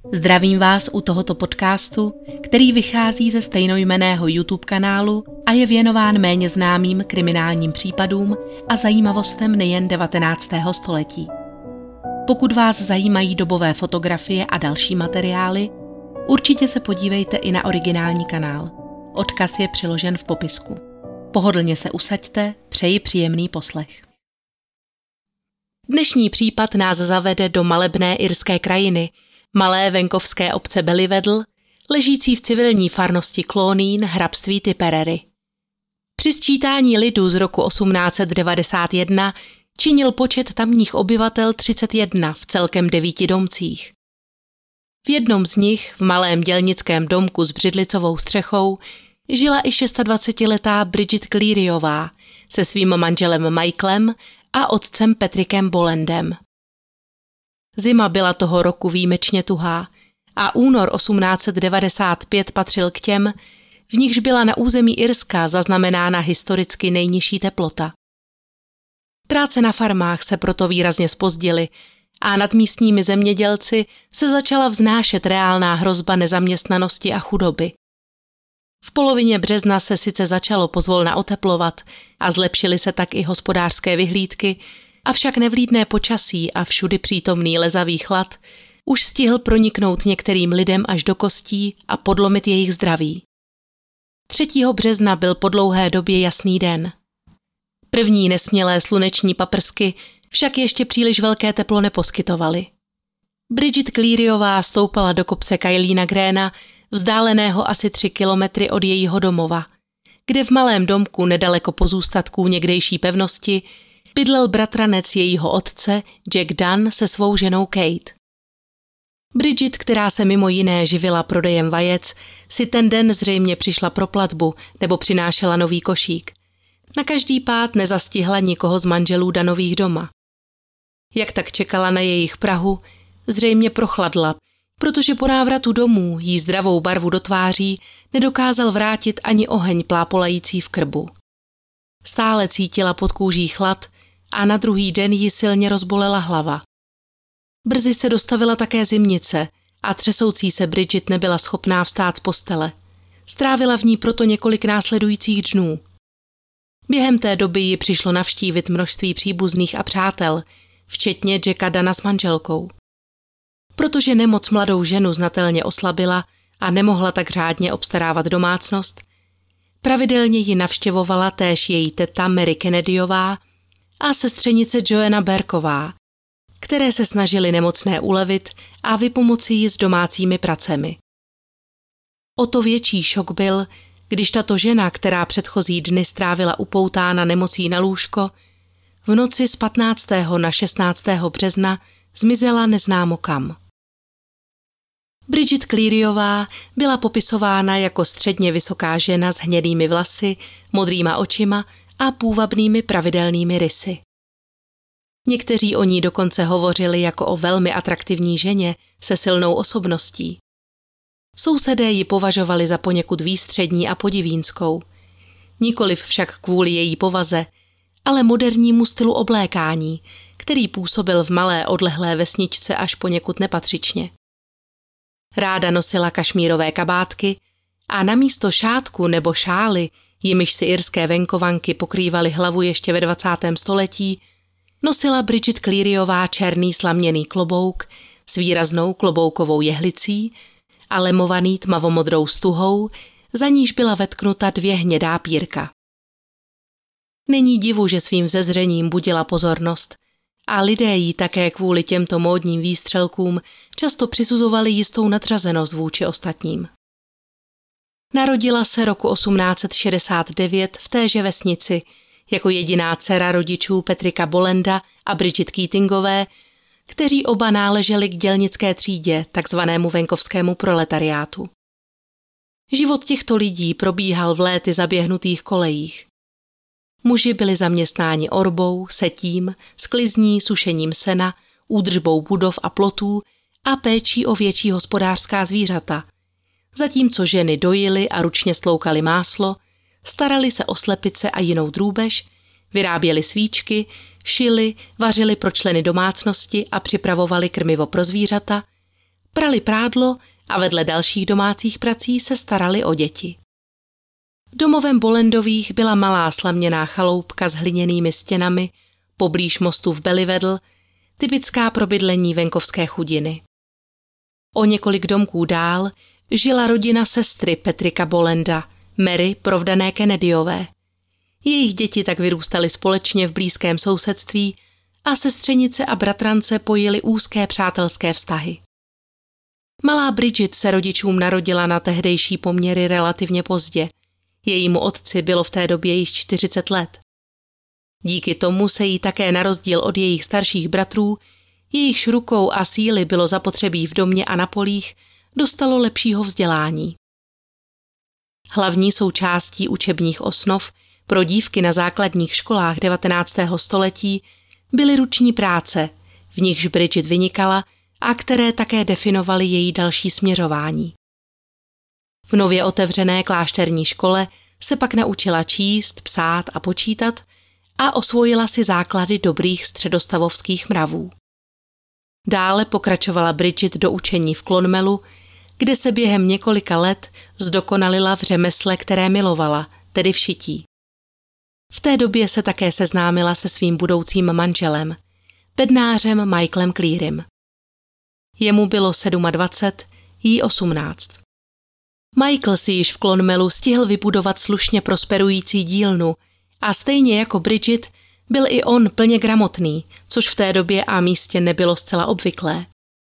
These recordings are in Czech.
Zdravím vás u tohoto podcastu, který vychází ze stejnojmenného YouTube kanálu a je věnován méně známým kriminálním případům a zajímavostem nejen 19. století. Pokud vás zajímají dobové fotografie a další materiály, určitě se podívejte i na originální kanál. Odkaz je přiložen v popisku. Pohodlně se usaďte, přeji příjemný poslech. Dnešní případ nás zavede do malebné irské krajiny, malé venkovské obce Ballyvedle, ležící v civilní farnosti Clooneen, hrabství Tipperary. Při sčítání lidu z roku 1891 činil počet tamních obyvatel 31 v celkem 9 domcích. V jednom z nich, v malém dělnickém domku s břidlicovou střechou, žila i 26letá Bridget Clearyová se svým manželem Michaelem a otcem Patrickem Bolandem. Zima byla toho roku výjimečně tuhá a únor 1895 patřil k těm, v nichž byla na území Irska zaznamenána historicky nejnižší teplota. Práce na farmách se proto výrazně zpozdily a nad místními zemědělci se začala vznášet reálná hrozba nezaměstnanosti a chudoby. V polovině března se sice začalo pozvolna oteplovat a zlepšily se tak i hospodářské vyhlídky, avšak nevlídné počasí a všudy přítomný lezavý chlad už stihl proniknout některým lidem až do kostí a podlomit jejich zdraví. 3. března byl po dlouhé době jasný den. První nesmělé sluneční paprsky však ještě příliš velké teplo neposkytovaly. Bridget Clearyová stoupala do kopce Cailína Gréna, vzdáleného asi 3 kilometry od jejího domova, kde v malém domku nedaleko pozůstatků někdejší pevnosti bydlel bratranec jejího otce Jack Dunn se svou ženou Kate. Bridget, která se mimo jiné živila prodejem vajec, si ten den zřejmě přišla pro platbu nebo přinášela nový košík. Na každý pád nezastihla nikoho z manželů Dunnových doma. Jak tak čekala na jejich prahu, zřejmě prochladla, protože po návratu domů jí zdravou barvu do tváří nedokázal vrátit ani oheň plápolající v krbu. Stále cítila pod kůží chlad a na druhý den ji silně rozbolela hlava. Brzy se dostavila také zimnice a třesoucí se Bridget nebyla schopná vstát z postele. Strávila v ní proto několik následujících dnů. Během té doby ji přišlo navštívit množství příbuzných a přátel, včetně Jacka Dunna s manželkou. Protože nemoc mladou ženu znatelně oslabila a nemohla tak řádně obstarávat domácnost, pravidelně ji navštěvovala též její teta Mary Kennedyová a sestřenice Joanna Berková, které se snažily nemocné ulevit a vypomoci ji s domácími pracemi. O to větší šok byl, když tato žena, která předchozí dny strávila upoutána nemocí na lůžko, v noci z 15. na 16. března zmizela neznámo kam. Bridget Clearyová byla popisována jako středně vysoká žena s hnědými vlasy, modrýma očima a půvabnými pravidelnými rysy. Někteří o ní dokonce hovořili jako o velmi atraktivní ženě se silnou osobností. Sousedé ji považovali za poněkud výstřední a podivínskou. Nikoliv však kvůli její povaze, ale modernímu stylu oblékání, který působil v malé odlehlé vesničce až poněkud nepatřičně. Ráda nosila kašmírové kabátky a namísto šátku nebo šály, jimiž si irské venkovanky pokrývaly hlavu ještě ve 20. století, nosila Bridget Clearyová černý slaměný klobouk s výraznou kloboukovou jehlicí a lemovaný tmavomodrou stuhou, za níž byla vetknuta 2 hnědá pírka. Není divu, že svým vzezřením budila pozornost a lidé jí také kvůli těmto módním výstřelkům často přisuzovali jistou nadřazenost vůči ostatním. Narodila se roku 1869 v téže vesnici jako jediná dcera rodičů Patricka Bolanda a Bridget Keatingové, kteří oba náleželi k dělnické třídě, takzvanému venkovskému proletariátu. Život těchto lidí probíhal v léty zaběhnutých kolejích. Muži byli zaměstnáni orbou, setím, sklizní, sušením sena, údržbou budov a plotů a péčí o větší hospodářská zvířata, zatímco ženy dojily a ručně stloukaly máslo, starali se o slepice a jinou drůbež, vyráběli svíčky, šili, vařili pro členy domácnosti a připravovali krmivo pro zvířata, prali prádlo a vedle dalších domácích prací se starali o děti. Domovem Bollandových byla malá slaměná chaloupka s hliněnými stěnami poblíž mostu v Bellywedle, typická pro bydlení venkovské chudiny. O několik domků dál žila rodina sestry Patricka Bollanda, Mary, provdané Kennedyové. Jejich děti tak vyrůstaly společně v blízkém sousedství a sestřenice a bratrance pojily úzké přátelské vztahy. Malá Bridget se rodičům narodila na tehdejší poměry relativně pozdě. Jejímu otci bylo v té době již 40 let. Díky tomu se jí také na rozdíl od jejich starších bratrů, jejichž rukou a síly bylo zapotřebí v domě a na polích, dostalo lepšího vzdělání. Hlavní součástí učebních osnov pro dívky na základních školách 19. století byly ruční práce, v nichž Bridget vynikala a které také definovaly její další směřování. V nově otevřené klášterní škole se pak naučila číst, psát a počítat a osvojila si základy dobrých středostavovských mravů. Dále pokračovala Bridget do učení v Clonmelu, kde se během několika let zdokonalila v řemesle, které milovala, tedy v šití. V té době se také seznámila se svým budoucím manželem, bednářem Michaelem Clearym. Jemu bylo 27, jí 18. Michael si již v Clonmelu stihl vybudovat slušně prosperující dílnu a stejně jako Bridget byl i on plně gramotný, což v té době a místě nebylo zcela obvyklé.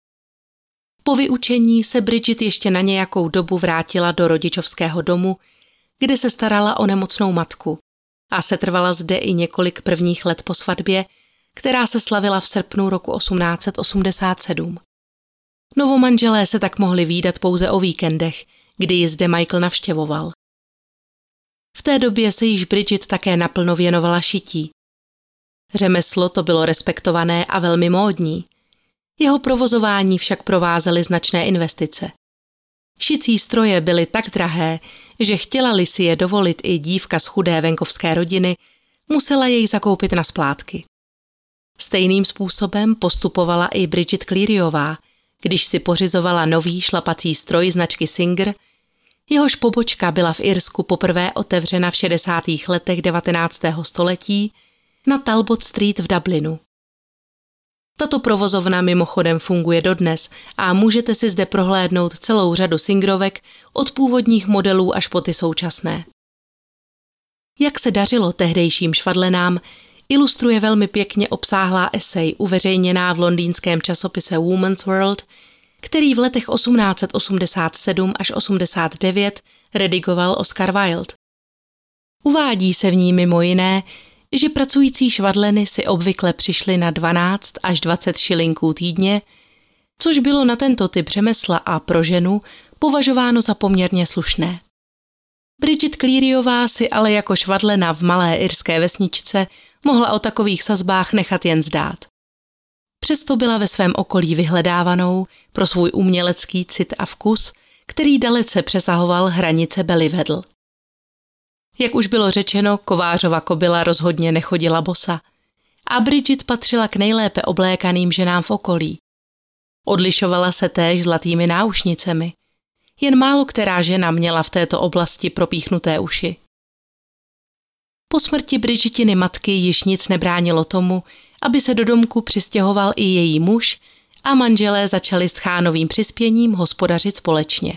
Po vyučení se Bridget ještě na nějakou dobu vrátila do rodičovského domu, kde se starala o nemocnou matku a setrvala zde i několik prvních let po svatbě, která se slavila v srpnu roku 1887. Novomanželé se tak mohli vídat pouze o víkendech, kdy ji zde Michael navštěvoval. V té době se již Bridget také naplno věnovala šití. Řemeslo to bylo respektované a velmi módní. Jeho provozování však provázely značné investice. Šicí stroje byly tak drahé, že chtěla-li si je dovolit i dívka z chudé venkovské rodiny, musela jej zakoupit na splátky. Stejným způsobem postupovala i Bridget Clearyová, když si pořizovala nový šlapací stroj značky Singer, jehož pobočka byla v Irsku poprvé otevřena v 60. letech 19. století na Talbot Street v Dublinu. Tato provozovna mimochodem funguje dodnes a můžete si zde prohlédnout celou řadu Singerovek od původních modelů až po ty současné. Jak se dařilo tehdejším švadlenám, ilustruje velmi pěkně obsáhlá esej uveřejněná v londýnském časopise Woman's World, který v letech 1887 až 89 redigoval Oscar Wilde. Uvádí se v ní mimo jiné, že pracující švadleny si obvykle přišly na 12 až 20 šilinků týdně, což bylo na tento typ řemesla a pro ženu považováno za poměrně slušné. Bridget Clearyová si ale jako švadlena v malé irské vesničce mohla o takových sazbách nechat jen zdát. Přesto byla ve svém okolí vyhledávanou pro svůj umělecký cit a vkus, který dalece přesahoval hranice Bellywedle. Jak už bylo řečeno, kovářova kobyla rozhodně nechodila bosa a Bridget patřila k nejlépe oblékaným ženám v okolí. Odlišovala se též zlatými náušnicemi. Jen málo která žena měla v této oblasti propíchnuté uši. Po smrti Bridgetiny matky již nic nebránilo tomu, aby se do domku přistěhoval i její muž a manželé začali s tchánovým přispěním hospodařit společně.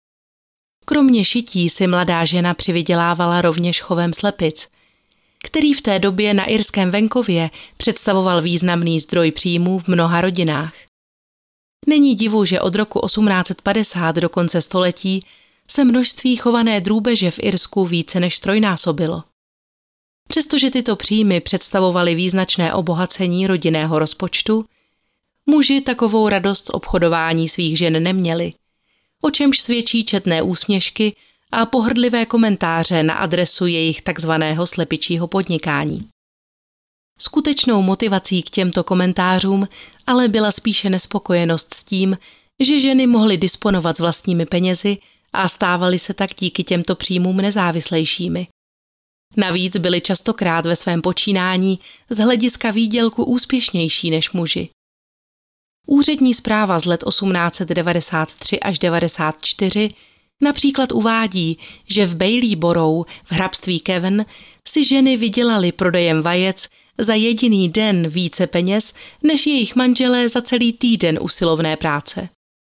Kromě šití si mladá žena přivydělávala rovněž chovem slepic, který v té době na irském venkově představoval významný zdroj příjmů v mnoha rodinách. Není divu, že od roku 1850 do konce století se množství chované drůbeže v Irsku více než trojnásobilo. Přestože tyto příjmy představovaly význačné obohacení rodinného rozpočtu, muži takovou radost z obchodování svých žen neměli, o čemž svědčí četné úsměšky a pohrdlivé komentáře na adresu jejich takzvaného slepičího podnikání. Skutečnou motivací k těmto komentářům ale byla spíše nespokojenost s tím, že ženy mohly disponovat s vlastními penězi a stávaly se tak díky těmto příjmům nezávislejšími. Navíc byly častokrát ve svém počínání z hlediska výdělku úspěšnější než muži. Úřední zpráva z let 1893 až 94 například uvádí, že v Bailey Borough v hrabství Cavan si ženy vydělaly prodejem vajec za jediný den více peněz než jejich manželé za celý týden usilovné práce.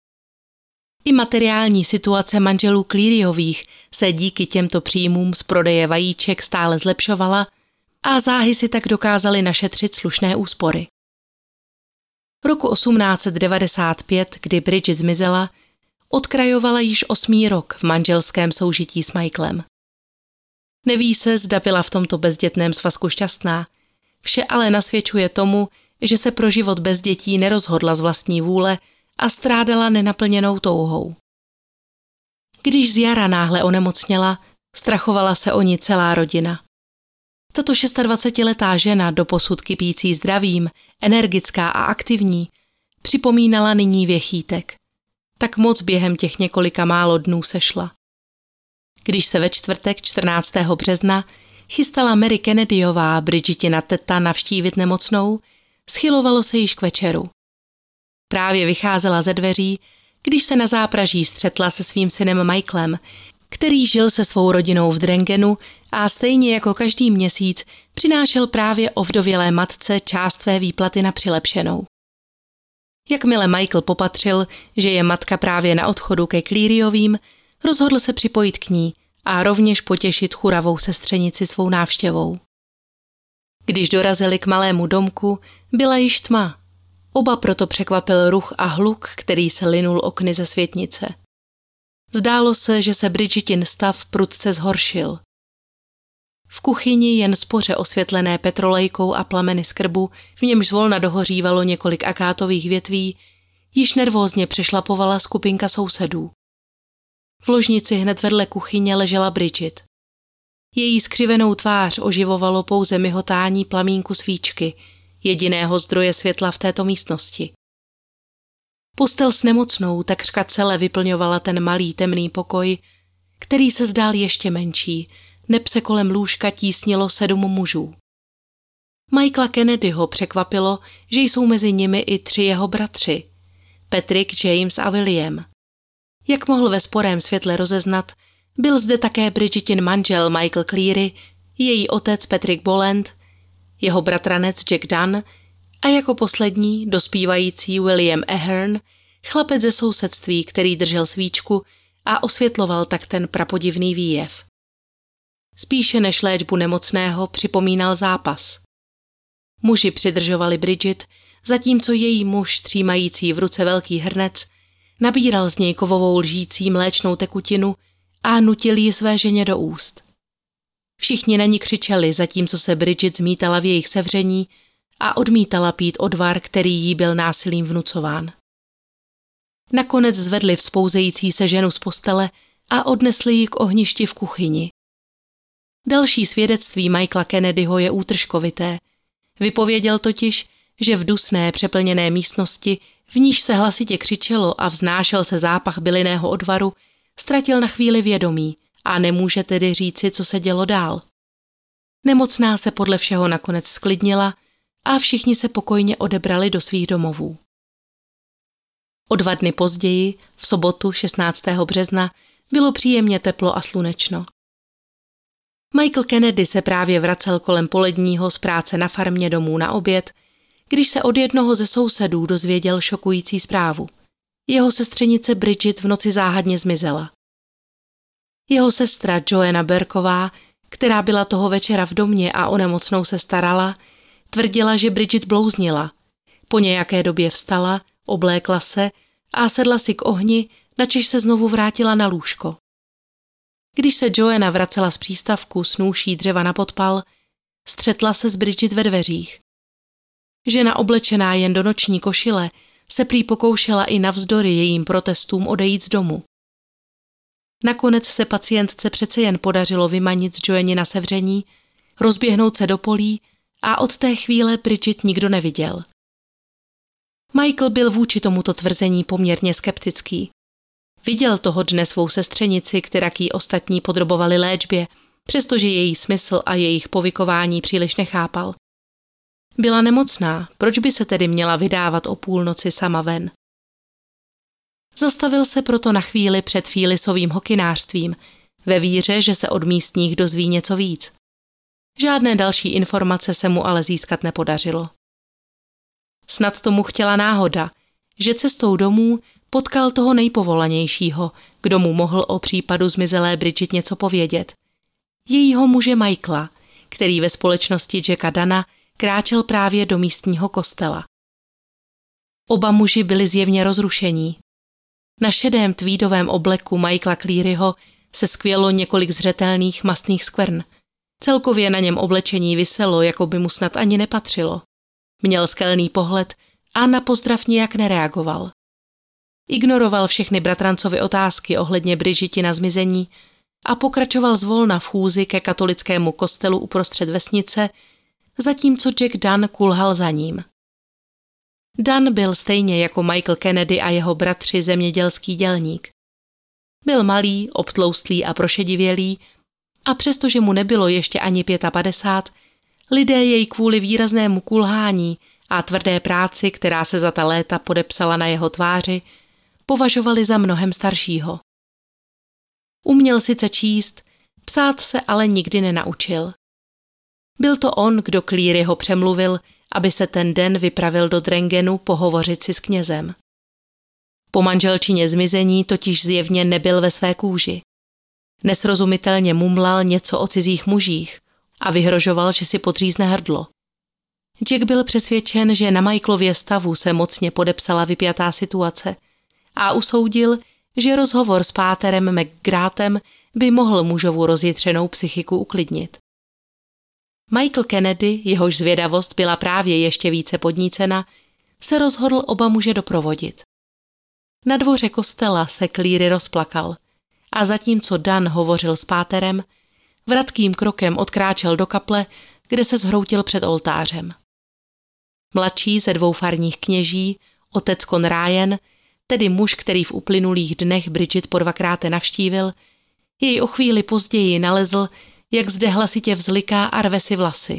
I materiální situace manželů Clearyových se díky těmto příjmům z prodeje vajíček stále zlepšovala a záhy si tak dokázali našetřit slušné úspory. Roku 1895, kdy Bridget zmizela, odkrajovala již 8. rok v manželském soužití s Michaelem. Neví se, zda byla v tomto bezdětném svazku šťastná, vše ale nasvědčuje tomu, že se pro život bez dětí nerozhodla z vlastní vůle a strádala nenaplněnou touhou. Když z jara náhle onemocněla, strachovala se o ní celá rodina. Tato 26letá žena, doposud kypící zdravím, energická a aktivní, připomínala nyní věchýtek. Tak moc během těch několika málo dnů sešla. Když se ve čtvrtek 14. března chystala Mary Kennedyová, Bridgetina teta, navštívit nemocnou, schylovalo se již k večeru. Právě vycházela ze dveří, když se na zápraží střetla se svým synem Michaelem, který žil se svou rodinou v Drangenu a stejně jako každý měsíc přinášel právě ovdovělé matce část své výplaty na přilepšenou. Jakmile Michael popatřil, že je matka právě na odchodu ke Clearyovým, rozhodl se připojit k ní a rovněž potěšit churavou sestřenici svou návštěvou. Když dorazili k malému domku, byla již tma. Oba proto překvapil ruch a hluk, který se linul okny ze světnice. Zdálo se, že se Bridgetin stav prudce zhoršil. V kuchyni, jen spoře osvětlené petrolejkou a plameny z krbu, v němž zvolna dohořívalo několik akátových větví, již nervózně přešlapovala skupinka sousedů. V ložnici hned vedle kuchyně ležela Bridget. Její skřivenou tvář oživovalo pouze myhotání plamínku svíčky, jediného zdroje světla v této místnosti. Postel s nemocnou takřka celé vyplňovala ten malý temný pokoj, který se zdál ještě menší, neb se kolem lůžka tísnilo 7 mužů. Michaela Kennedyho překvapilo, že jsou mezi nimi i 3 jeho bratři, Patrick, James a William. Jak mohl ve sporém světle rozeznat, byl zde také Bridgetin manžel Michael Cleary, její otec Patrick Boland, jeho bratranec Jack Dunn a jako poslední dospívající William Ahern, chlapec ze sousedství, který držel svíčku a osvětloval tak ten prapodivný výjev. Spíše než léčbu nemocného připomínal zápas. Muži přidržovali Bridget, zatímco její muž, třímající v ruce velký hrnec, nabíral z něj kovovou lžící mléčnou tekutinu a nutil ji své ženě do úst. Všichni na ní křičeli, zatímco se Bridget zmítala v jejich sevření a odmítala pít odvar, který jí byl násilím vnucován. Nakonec zvedli vzpouzející se ženu z postele a odnesli ji k ohništi v kuchyni. Další svědectví Michaela Kennedyho je útržkovité. Vypověděl totiž, že v dusné přeplněné místnosti, v níž se hlasitě křičelo a vznášel se zápach bylinného odvaru, ztratil na chvíli vědomí a nemůže tedy říci, co se dělo dál. Nemocná se podle všeho nakonec sklidnila a všichni se pokojně odebrali do svých domovů. O 2 dny později, v sobotu 16. března, bylo příjemně teplo a slunečno. Michael Kennedy se právě vracel kolem poledního z práce na farmě domů na oběd, když se od jednoho ze sousedů dozvěděl šokující zprávu. Jeho sestřenice Bridget v noci záhadně zmizela. Jeho sestra Joanna Berková, která byla toho večera v domě a o nemocnou se starala, tvrdila, že Bridget blouznila. Po nějaké době vstala, oblékla se a sedla si k ohni, načež se znovu vrátila na lůžko. Když se Joanna vracela z přístavku s nůší dřeva na podpal, střetla se s Bridget ve dveřích. Žena oblečená jen do noční košile se prý pokoušela i navzdory jejím protestům odejít z domu. Nakonec se pacientce přece jen podařilo vymanit z Joannina sevření, rozběhnout se do polí a od té chvíle Bridget nikdo neviděl. Michael byl vůči tomuto tvrzení poměrně skeptický. Viděl toho dne svou sestřenici, kterak jí ostatní podrobovali léčbě, přestože její smysl a jejich povykování příliš nechápal. Byla nemocná, proč by se tedy měla vydávat o půlnoci sama ven? Zastavil se proto na chvíli před Phyllisovým hokynářstvím, ve víře, že se od místních dozví něco víc. Žádné další informace se mu ale získat nepodařilo. Snad tomu chtěla náhoda, že cestou domů potkal toho nejpovolanějšího, kdo mu mohl o případu zmizelé Bridget něco povědět. Jejího muže Michaela, který ve společnosti Jacka Dunna kráčel právě do místního kostela. Oba muži byli zjevně rozrušení. Na šedém tweedovém obleku Michaela Clearyho se skvělo několik zřetelných mastných skvrn. Celkově na něm oblečení viselo, jako by mu snad ani nepatřilo. Měl skelný pohled a na pozdrav nijak nereagoval. Ignoroval všechny bratrancovy otázky ohledně Bridgetina zmizení a pokračoval zvolna v chůzi ke katolickému kostelu uprostřed vesnice, zatímco Jack Dunn kulhal za ním. Dunn byl stejně jako Michael Kennedy a jeho bratři zemědělský dělník. Byl malý, obtloustlý a prošedivělý a přestože mu nebylo ještě ani 55, lidé jej kvůli výraznému kulhání a tvrdé práci, která se za ta léta podepsala na jeho tváři, považovali za mnohem staršího. Uměl sice číst, psát se ale nikdy nenaučil. Byl to on, kdo Clearyho přemluvil, aby se ten den vypravil do Drangenu pohovořit si s knězem. Po manželčině zmizení totiž zjevně nebyl ve své kůži. Nesrozumitelně mumlal něco o cizích mužích a vyhrožoval, že si podřízne hrdlo. Jack byl přesvědčen, že na Michaelově stavu se mocně podepsala vypjatá situace a usoudil, že rozhovor s páterem McGrathem by mohl mužovu rozjitřenou psychiku uklidnit. Michael Kennedy, jehož zvědavost byla právě ještě více podnícena, se rozhodl oba muže doprovodit. Na dvoře kostela se Cleary rozplakal a zatímco Dunn hovořil s páterem, vratkým krokem odkráčel do kaple, kde se zhroutil před oltářem. Mladší ze 2 farních kněží, otec Con Ryan, tedy muž, který v uplynulých dnech Bridget po 2krát navštívil, jej o chvíli později nalezl, jak zde hlasitě vzliká a rve si vlasy.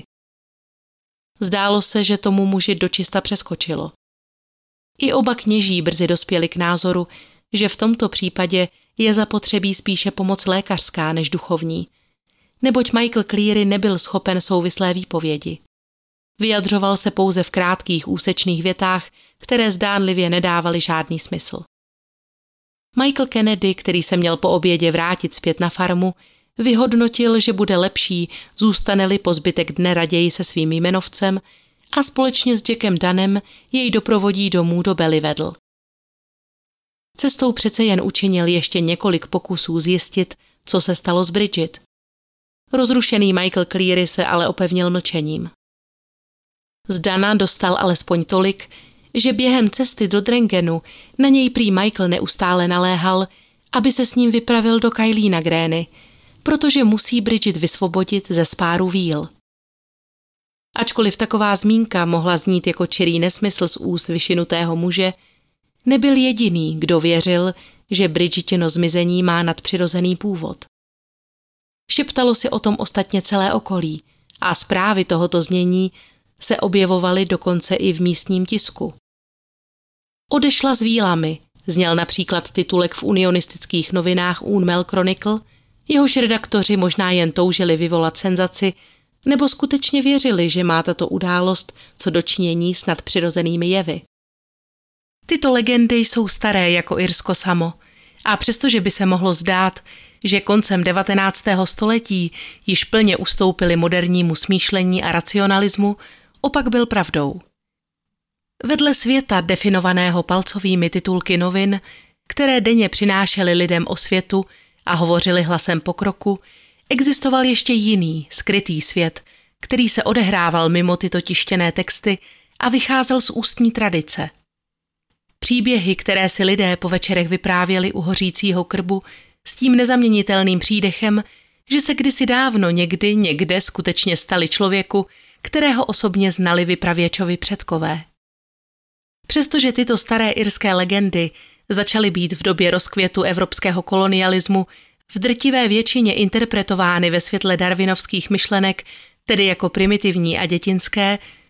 Zdálo se, že tomu muži dočista přeskočilo. I oba kněží brzy dospěli k názoru, že v tomto případě je zapotřebí spíše pomoc lékařská než duchovní, neboť Michael Cleary nebyl schopen souvislé výpovědi. Vyjadřoval se pouze v krátkých úsečných větách, které zdánlivě nedávaly žádný smysl. Michael Kennedy, který se měl po obědě vrátit zpět na farmu, vyhodnotil, že bude lepší, zůstane-li po zbytek dne raději se svým jmenovcem a společně s Jackem Dunnem jej doprovodí domů do Belivedle. Cestou přece jen učinil ještě několik pokusů zjistit, co se stalo s Bridget. Rozrušený Michael Cleary se ale opevnil mlčením. Z Dunna dostal alespoň tolik, že během cesty do Drangenu na něj prý Michael neustále naléhal, aby se s ním vypravil do Kylie Granny, protože musí Bridget vysvobodit ze spáru víl. Ačkoliv taková zmínka mohla znít jako čirý nesmysl z úst vyšinutého muže, nebyl jediný, kdo věřil, že Bridgetino zmizení má nadpřirozený původ. Šeptalo si o tom ostatně celé okolí a zprávy tohoto znění se objevovaly dokonce i v místním tisku. Odešla s vílami, zněl například titulek v unionistických novinách Unmel Chronicle, jehož redaktoři možná jen toužili vyvolat senzaci, nebo skutečně věřili, že má tato událost co dočinění s nadpřirozenými jevy. Tyto legendy jsou staré jako Irsko samo a přestože by se mohlo zdát, že koncem 19. století již plně ustoupili modernímu smýšlení a racionalismu, opak byl pravdou. Vedle světa definovaného palcovými titulky novin, které denně přinášely lidem osvětu a hovořili hlasem pokroku, existoval ještě jiný, skrytý svět, který se odehrával mimo tyto tištěné texty a vycházel z ústní tradice. Příběhy, které si lidé po večerech vyprávěli u hořícího krbu, s tím nezaměnitelným přídechem, že se kdysi dávno někde skutečně stali člověku, kterého osobně znali vypravěčovi předkové. Přestože tyto staré irské legendy začaly být v době rozkvětu evropského kolonialismu v drtivé většině interpretovány ve světle darwinovských myšlenek, tedy jako primitivní a dětinské,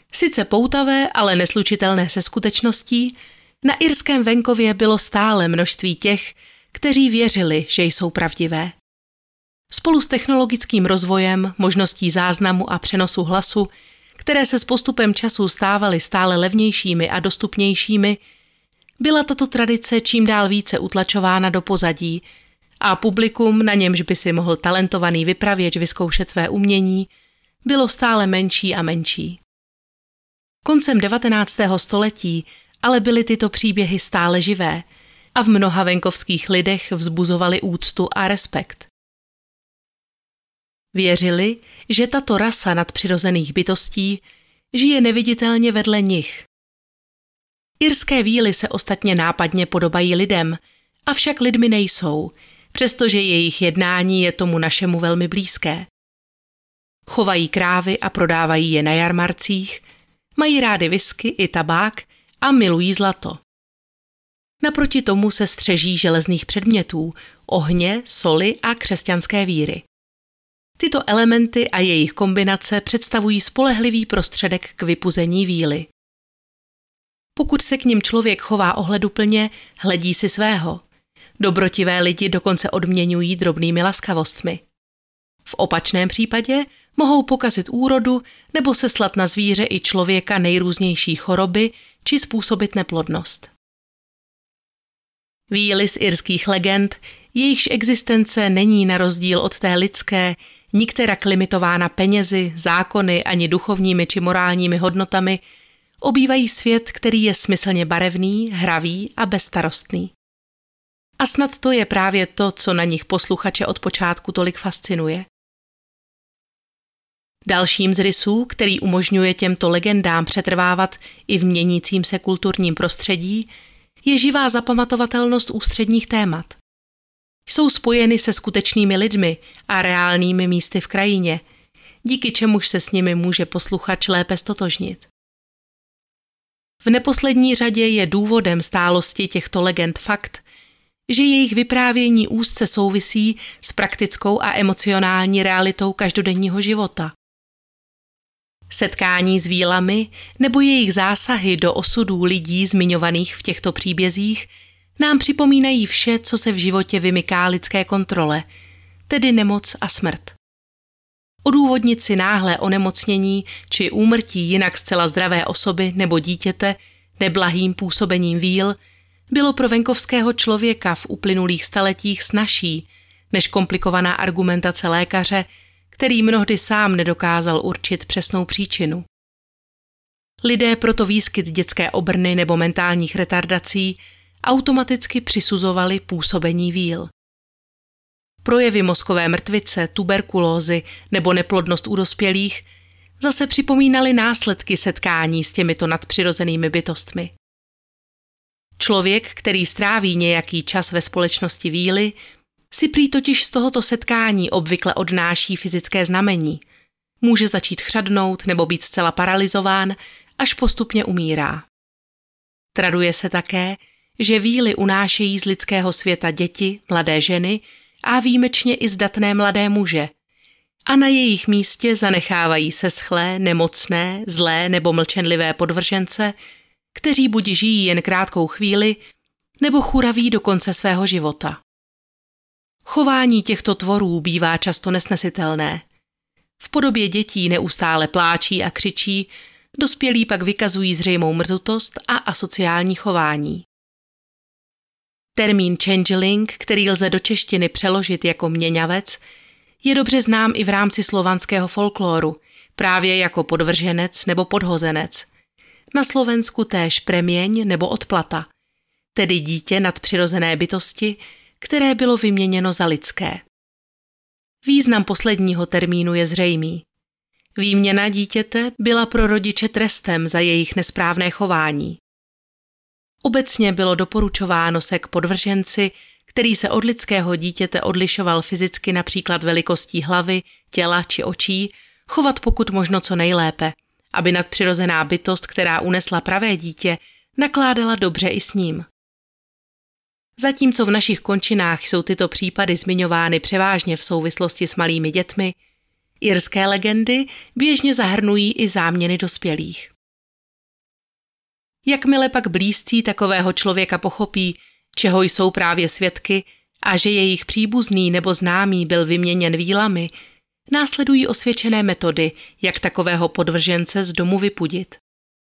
Sice poutavé, ale neslučitelné se skutečností, na irském venkově bylo stále množství těch, kteří věřili, že jsou pravdivé. Spolu s technologickým rozvojem, možností záznamu a přenosu hlasu, které se s postupem času stávaly stále levnějšími a dostupnějšími, byla tato tradice čím dál více utlačována do pozadí a publikum, na němž by si mohl talentovaný vypravěč vyzkoušet své umění, bylo stále menší a menší. Koncem 19. století ale byly tyto příběhy stále živé a v mnoha venkovských lidech vzbuzovaly úctu a respekt. Věřili, že tato rasa nadpřirozených bytostí žije neviditelně vedle nich. Irské víly se ostatně nápadně podobají lidem, avšak lidmi nejsou, přestože jejich jednání je tomu našemu velmi blízké. Chovají krávy a prodávají je na jarmarcích, mají rády whisky i tabák a milují zlato. Naproti tomu se střeží železných předmětů, ohně, soli a křesťanské víry. Tyto elementy a jejich kombinace představují spolehlivý prostředek k vypuzení víly. Pokud se k nim člověk chová ohleduplně, hledí si svého. Dobrotivé lidi dokonce odměňují drobnými laskavostmi. V opačném případě mohou pokazit úrodu nebo seslat na zvíře i člověka nejrůznější choroby či způsobit neplodnost. Víly z irských legend, jejichž existence není na rozdíl od té lidské, nikterak limitována penězi, zákony ani duchovními či morálními hodnotami, obývají svět, který je smyslně barevný, hravý a bezstarostný. A snad to je právě to, co na nich posluchače od počátku tolik fascinuje. Dalším z rysů, který umožňuje těmto legendám přetrvávat i v měnícím se kulturním prostředí, je živá zapamatovatelnost ústředních témat. Jsou spojeny se skutečnými lidmi a reálnými místy v krajině, díky čemuž se s nimi může posluchač lépe stotožnit. V neposlední řadě je důvodem stálosti těchto legend fakt, že jejich vyprávění úzce souvisí s praktickou a emocionální realitou každodenního života. Setkání s vílami nebo jejich zásahy do osudů lidí zmiňovaných v těchto příbězích nám připomínají vše, co se v životě vymyká lidské kontrole, tedy nemoc a smrt. Odůvodnit si náhlé onemocnění či úmrtí jinak zcela zdravé osoby nebo dítěte neblahým působením víl bylo pro venkovského člověka v uplynulých staletích snazší než komplikovaná argumentace lékaře, který mnohdy sám nedokázal určit přesnou příčinu. Lidé proto výskyt dětské obrny nebo mentálních retardací automaticky přisuzovali působení víl. Projevy mozkové mrtvice, tuberkulózy nebo neplodnost u dospělých zase připomínaly následky setkání s těmito nadpřirozenými bytostmi. Člověk, který stráví nějaký čas ve společnosti víly, si prý totiž z tohoto setkání obvykle odnáší fyzické znamení. Může začít chřadnout nebo být zcela paralyzován, až postupně umírá. Traduje se také, že víly unášejí z lidského světa děti, mladé ženy a výjimečně i zdatné mladé muže a na jejich místě zanechávají seschlé, nemocné, zlé nebo mlčenlivé podvržence, kteří buď žijí jen krátkou chvíli, nebo churaví do konce svého života. Chování těchto tvorů bývá často nesnesitelné. V podobě dětí neustále pláčí a křičí, dospělí pak vykazují zřejmou mrzutost a asociální chování. Termín changeling, který lze do češtiny přeložit jako měňavec, je dobře znám i v rámci slovanského folkloru, právě jako podvrženec nebo podhozenec. Na Slovensku též preměň nebo odplata, tedy dítě nadpřirozené bytosti, které bylo vyměněno za lidské. Význam posledního termínu je zřejmý. Výměna dítěte byla pro rodiče trestem za jejich nesprávné chování. Obecně bylo doporučováno se k podvrženci, který se od lidského dítěte odlišoval fyzicky například velikostí hlavy, těla či očí, chovat pokud možno co nejlépe, aby nadpřirozená bytost, která unesla pravé dítě, nakládala dobře i s ním. Zatímco v našich končinách jsou tyto případy zmiňovány převážně v souvislosti s malými dětmi, irské legendy běžně zahrnují i záměny dospělých. Jakmile pak blízcí takového člověka pochopí, čeho jsou právě svědky a že jejich příbuzný nebo známý byl vyměněn vílami, následují osvědčené metody, jak takového podvržence z domu vypudit.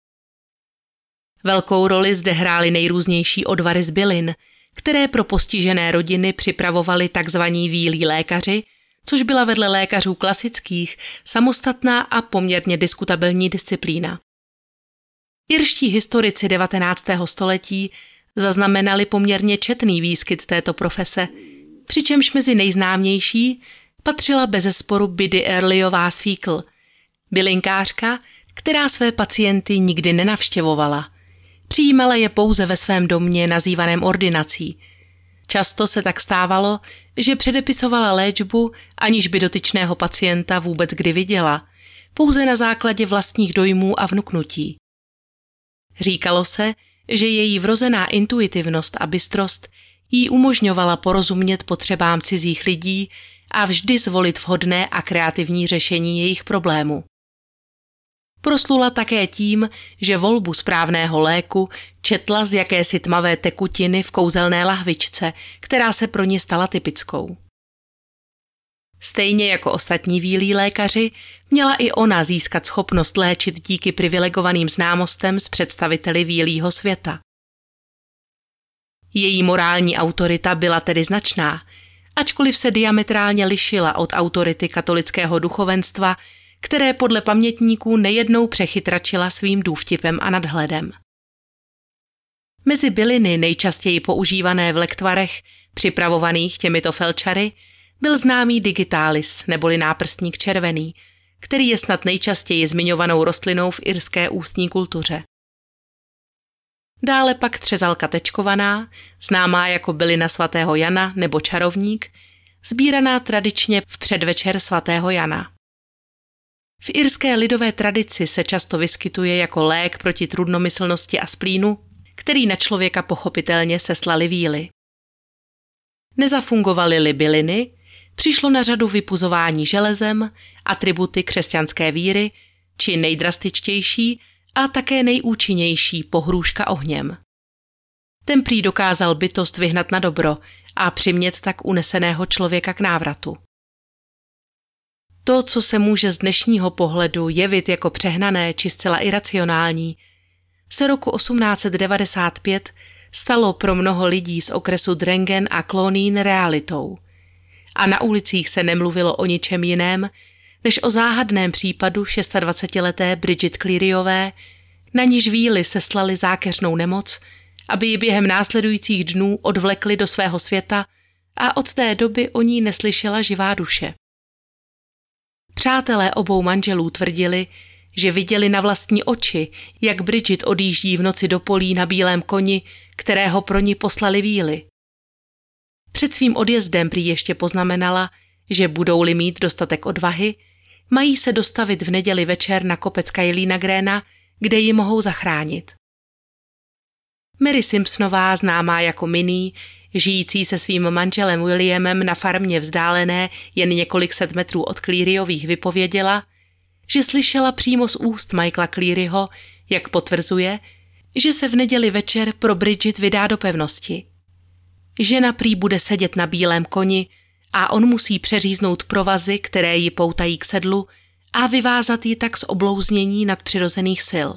Velkou roli zde hrály nejrůznější odvary z bylin, které pro postižené rodiny připravovali tzv. Vílí lékaři, což byla vedle lékařů klasických samostatná a poměrně diskutabilní disciplína. Irští historici 19. století zaznamenali poměrně četný výskyt této profese, přičemž mezi nejznámější patřila bezesporu Biddy Earlyová z Feakle, bylinkářka, která své pacienty nikdy nenavštěvovala. Přijímala je pouze ve svém domě nazývaném ordinací. Často se tak stávalo, že předepisovala léčbu, aniž by dotyčného pacienta vůbec kdy viděla, pouze na základě vlastních dojmů a vnuknutí. Říkalo se, že její vrozená intuitivnost a bystrost jí umožňovala porozumět potřebám cizích lidí a vždy zvolit vhodné a kreativní řešení jejich problémů. Proslula také tím, že volbu správného léku četla z jakési tmavé tekutiny v kouzelné lahvičce, která se pro ně stala typickou. Stejně jako ostatní vílí lékaři, měla i ona získat schopnost léčit díky privilegovaným známostem s představiteli vílího světa. Její morální autorita byla tedy značná, ačkoliv se diametrálně lišila od autority katolického duchovenstva, které podle pamětníků nejednou přechytračila svým důvtipem a nadhledem. Mezi byliny nejčastěji používané v lektvarech, připravovaných těmito felčary, byl známý digitalis neboli náprstník červený, který je snad nejčastěji zmiňovanou rostlinou v irské ústní kultuře. Dále pak třezalka tečkovaná, známá jako bylina svatého Jana nebo čarovník, sbíraná tradičně v předvečer svatého Jana. V irské lidové tradici se často vyskytuje jako lék proti trudnomyslnosti a splínu, který na člověka pochopitelně seslali víly. Nezafungovaly-li byliny, přišlo na řadu vypuzování železem, atributy křesťanské víry, či nejdrastičtější a také nejúčinnější pohrůžka ohněm. Ten prý dokázal bytost vyhnat na dobro a přimět tak uneseného člověka k návratu. To, co se může z dnešního pohledu jevit jako přehnané či zcela iracionální, se roku 1895 stalo pro mnoho lidí z okresu Drengen a Clooneen realitou. A na ulicích se nemluvilo o ničem jiném, než o záhadném případu 26leté Bridget Clearyové, na níž víly seslali zákeřnou nemoc, aby ji během následujících dnů odvlekli do svého světa a od té doby o ní neslyšela živá duše. Přátelé obou manželů tvrdili, že viděli na vlastní oči, jak Bridget odjíždí v noci do polí na bílém koni, kterého pro ní poslali víly. Před svým odjezdem prý ještě poznamenala, že budou-li mít dostatek odvahy, mají se dostavit v neděli večer na kopec Kylina Grena, kde ji mohou zachránit. Mary Simpsonová, známá jako Minnie, žijící se svým manželem Williamem na farmě vzdálené jen několik set metrů od Clearyových, vypověděla, že slyšela přímo z úst Michaela Clearyho, jak potvrzuje, že se v neděli večer pro Bridget vydá do pevnosti. Žena prý bude sedět na bílém koni a on musí přeříznout provazy, které ji poutají k sedlu, a vyvázat ji tak z oblouznění nadpřirozených sil.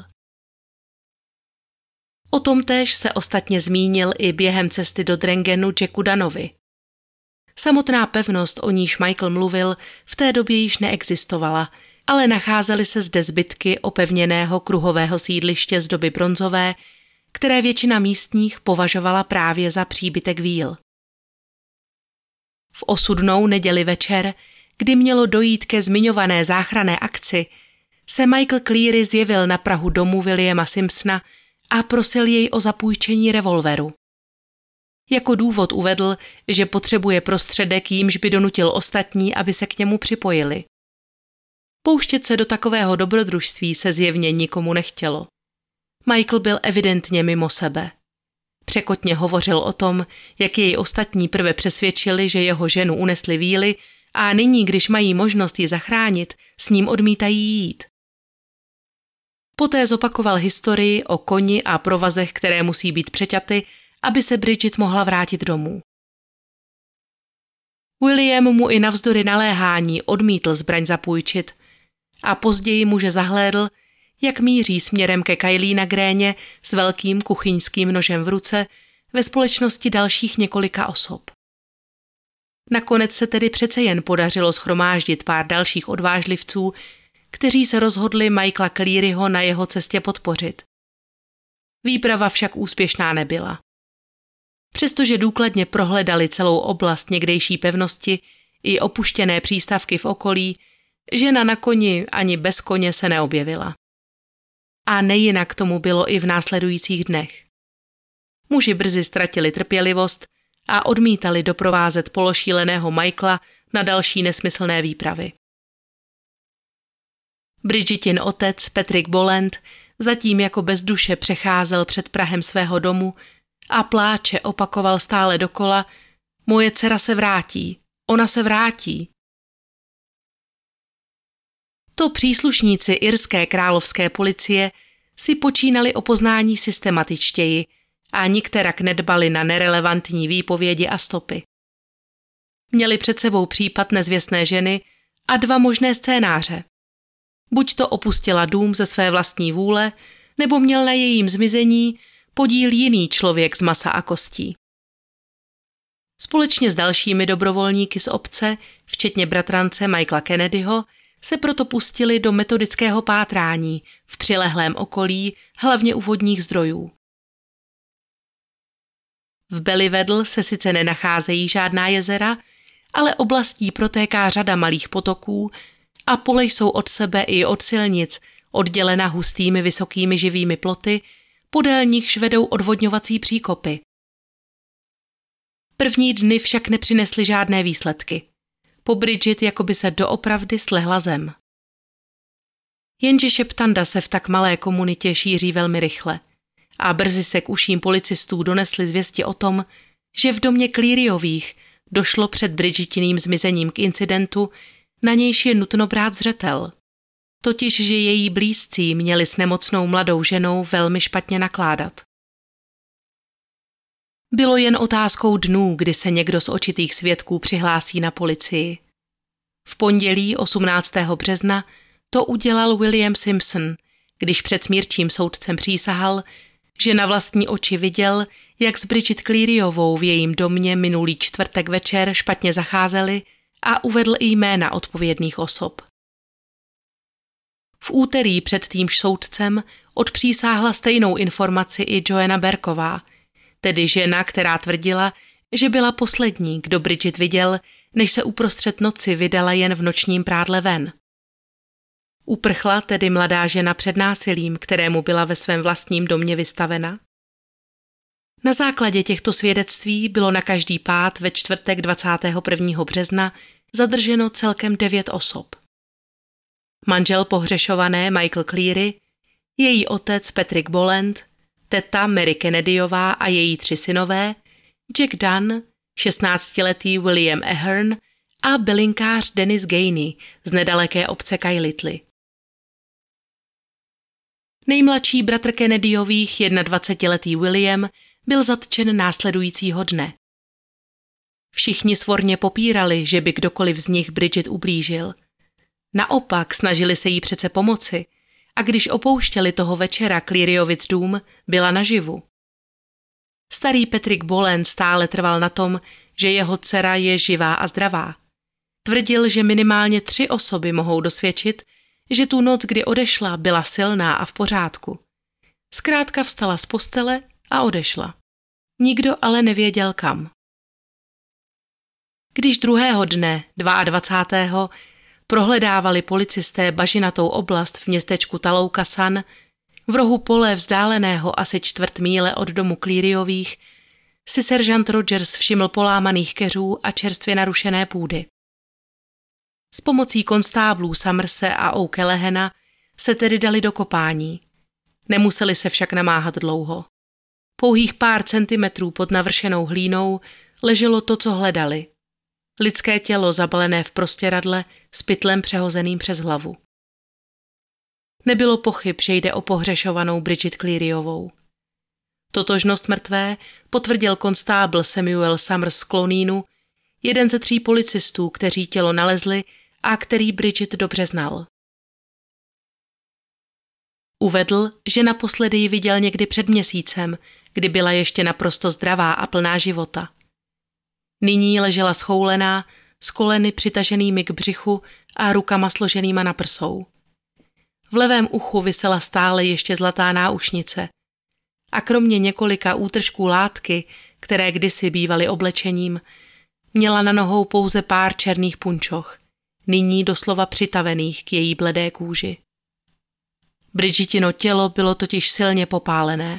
O tom též se ostatně zmínil i během cesty do Drengenu Jacku Dunnovi. Samotná pevnost, o níž Michael mluvil, v té době již neexistovala, ale nacházely se zde zbytky opevněného kruhového sídliště z doby bronzové, které většina místních považovala právě za příbytek víl. V osudnou neděli večer, kdy mělo dojít ke zmiňované záchranné akci, se Michael Cleary zjevil na prahu domu Williama Simpsona a prosil jej o zapůjčení revolveru. Jako důvod uvedl, že potřebuje prostředek, jímž by donutil ostatní, aby se k němu připojili. Pouštět se do takového dobrodružství se zjevně nikomu nechtělo. Michael byl evidentně mimo sebe. Překotně hovořil o tom, jak jej ostatní prve přesvědčili, že jeho ženu unesli víly a nyní, když mají možnost ji zachránit, s ním odmítají jít. Poté zopakoval historii o koni a provazech, které musí být přeťaty, aby se Bridget mohla vrátit domů. William mu i navzdory naléhání odmítl zbraň zapůjčit a později muže zahlédl, jak míří směrem ke Kylie na gréně s velkým kuchyňským nožem v ruce ve společnosti dalších několika osob. Nakonec se tedy přece jen podařilo shromáždit pár dalších odvážlivců, kteří se rozhodli Michaela Clearyho na jeho cestě podpořit. Výprava však úspěšná nebyla. Přestože důkladně prohledali celou oblast někdejší pevnosti i opuštěné přístavky v okolí, žena na koni ani bez koně se neobjevila. A nejinak tomu bylo i v následujících dnech. Muži brzy ztratili trpělivost a odmítali doprovázet pološíleného Michaela na další nesmyslné výpravy. Bridgetin otec Patrick Boland zatím jako bez duše přecházel před prahem svého domu a pláče opakoval stále dokola: moje dcera se vrátí, ona se vrátí. To příslušníci irské královské policie si počínali o poznání systematičtěji a nikterak nedbali na nerelevantní výpovědi a stopy. Měli před sebou případ nezvěstné ženy a dva možné scénáře. Buď to opustila dům ze své vlastní vůle, nebo měl na jejím zmizení podíl jiný člověk z masa a kostí. Společně s dalšími dobrovolníky z obce, včetně bratrance Michaela Kennedyho, se proto pustili do metodického pátrání v přilehlém okolí, hlavně u vodních zdrojů. V Belleville se sice nenacházejí žádná jezera, ale oblastí protéká řada malých potoků a pole jsou od sebe i od silnic oddělena hustými vysokými živými ploty, podél nichž vedou odvodňovací příkopy. První dny však nepřinesly žádné výsledky. Po Bridget jakoby se doopravdy slehla zem. Jenže šeptanda se v tak malé komunitě šíří velmi rychle a brzy se k uším policistů donesly zvěsti o tom, že v domě Clearyových došlo před Bridgetiným zmizením k incidentu, na nějž je nutno brát zřetel. Totiž, že její blízcí měli s nemocnou mladou ženou velmi špatně nakládat. Bylo jen otázkou dnů, kdy se někdo z očitých svědků přihlásí na policii. V pondělí 18. března to udělal William Simpson, když před smírčím soudcem přísahal, že na vlastní oči viděl, jak s Bridget Clearyovou v jejím domě minulý čtvrtek večer špatně zacházeli, a uvedl i jména odpovědných osob. V úterý před týmž soudcem odpřísáhla stejnou informaci i Joanna Berková, tedy žena, která tvrdila, že byla poslední, kdo Bridget viděl, než se uprostřed noci vydala jen v nočním prádle ven. Uprchla tedy mladá žena před násilím, kterému byla ve svém vlastním domě vystavena? Na základě těchto svědectví bylo na každý pád ve čtvrtek 21. března zadrženo celkem 9 osob. Manžel pohřešované Michael Cleary, její otec Patrick Boland, teta Mary Kennedyová a její 3 synové, Jack Dunn, 16letý William Ahern a bylinkář Dennis Gainey z nedaleké obce Kylie. Nejmladší bratr Kennedyových, 21letý William, byl zatčen následujícího dne. Všichni svorně popírali, že by kdokoliv z nich Bridget ublížil. Naopak snažili se jí přece pomoci a když opouštěli toho večera Clearyovic dům, byla naživu. Starý Patrick Boland stále trval na tom, že jeho dcera je živá a zdravá. Tvrdil, že minimálně 3 osoby mohou dosvědčit, že tu noc, kdy odešla, byla silná a v pořádku. Zkrátka vstala z postele a odešla. Nikdo ale nevěděl kam. Když druhého dne, 22. prohledávali policisté bažinatou oblast v městečku Taloukasan, v rohu pole vzdáleného asi 1/4 míle od domu Clearyových, si seržant Rogers všiml polámaných keřů a čerstvě narušené půdy. S pomocí konstáblů Summerse a O'Callahana se tedy dali do kopání. Nemuseli se však namáhat dlouho. Pouhých pár centimetrů pod navršenou hlínou leželo to, co hledali. Lidské tělo zabalené v prostěradle s pytlem přehozeným přes hlavu. Nebylo pochyb, že jde o pohřešovanou Bridget Clearyovou. Totožnost mrtvé potvrdil konstábl Samuel Summers z Cloneenu, jeden ze 3 policistů, kteří tělo nalezli a který Bridget dobře znal. Uvedl, že naposledy ji viděl někdy před měsícem, kdy byla ještě naprosto zdravá a plná života. Nyní ležela schoulená, s koleny přitaženými k břichu a rukama složenýma na prsou. V levém uchu visela stále ještě zlatá náušnice a kromě několika útržků látky, které kdysi bývaly oblečením, měla na nohou pouze pár černých punčoch, nyní doslova přitavených k její bledé kůži. Bridgetino tělo bylo totiž silně popálené.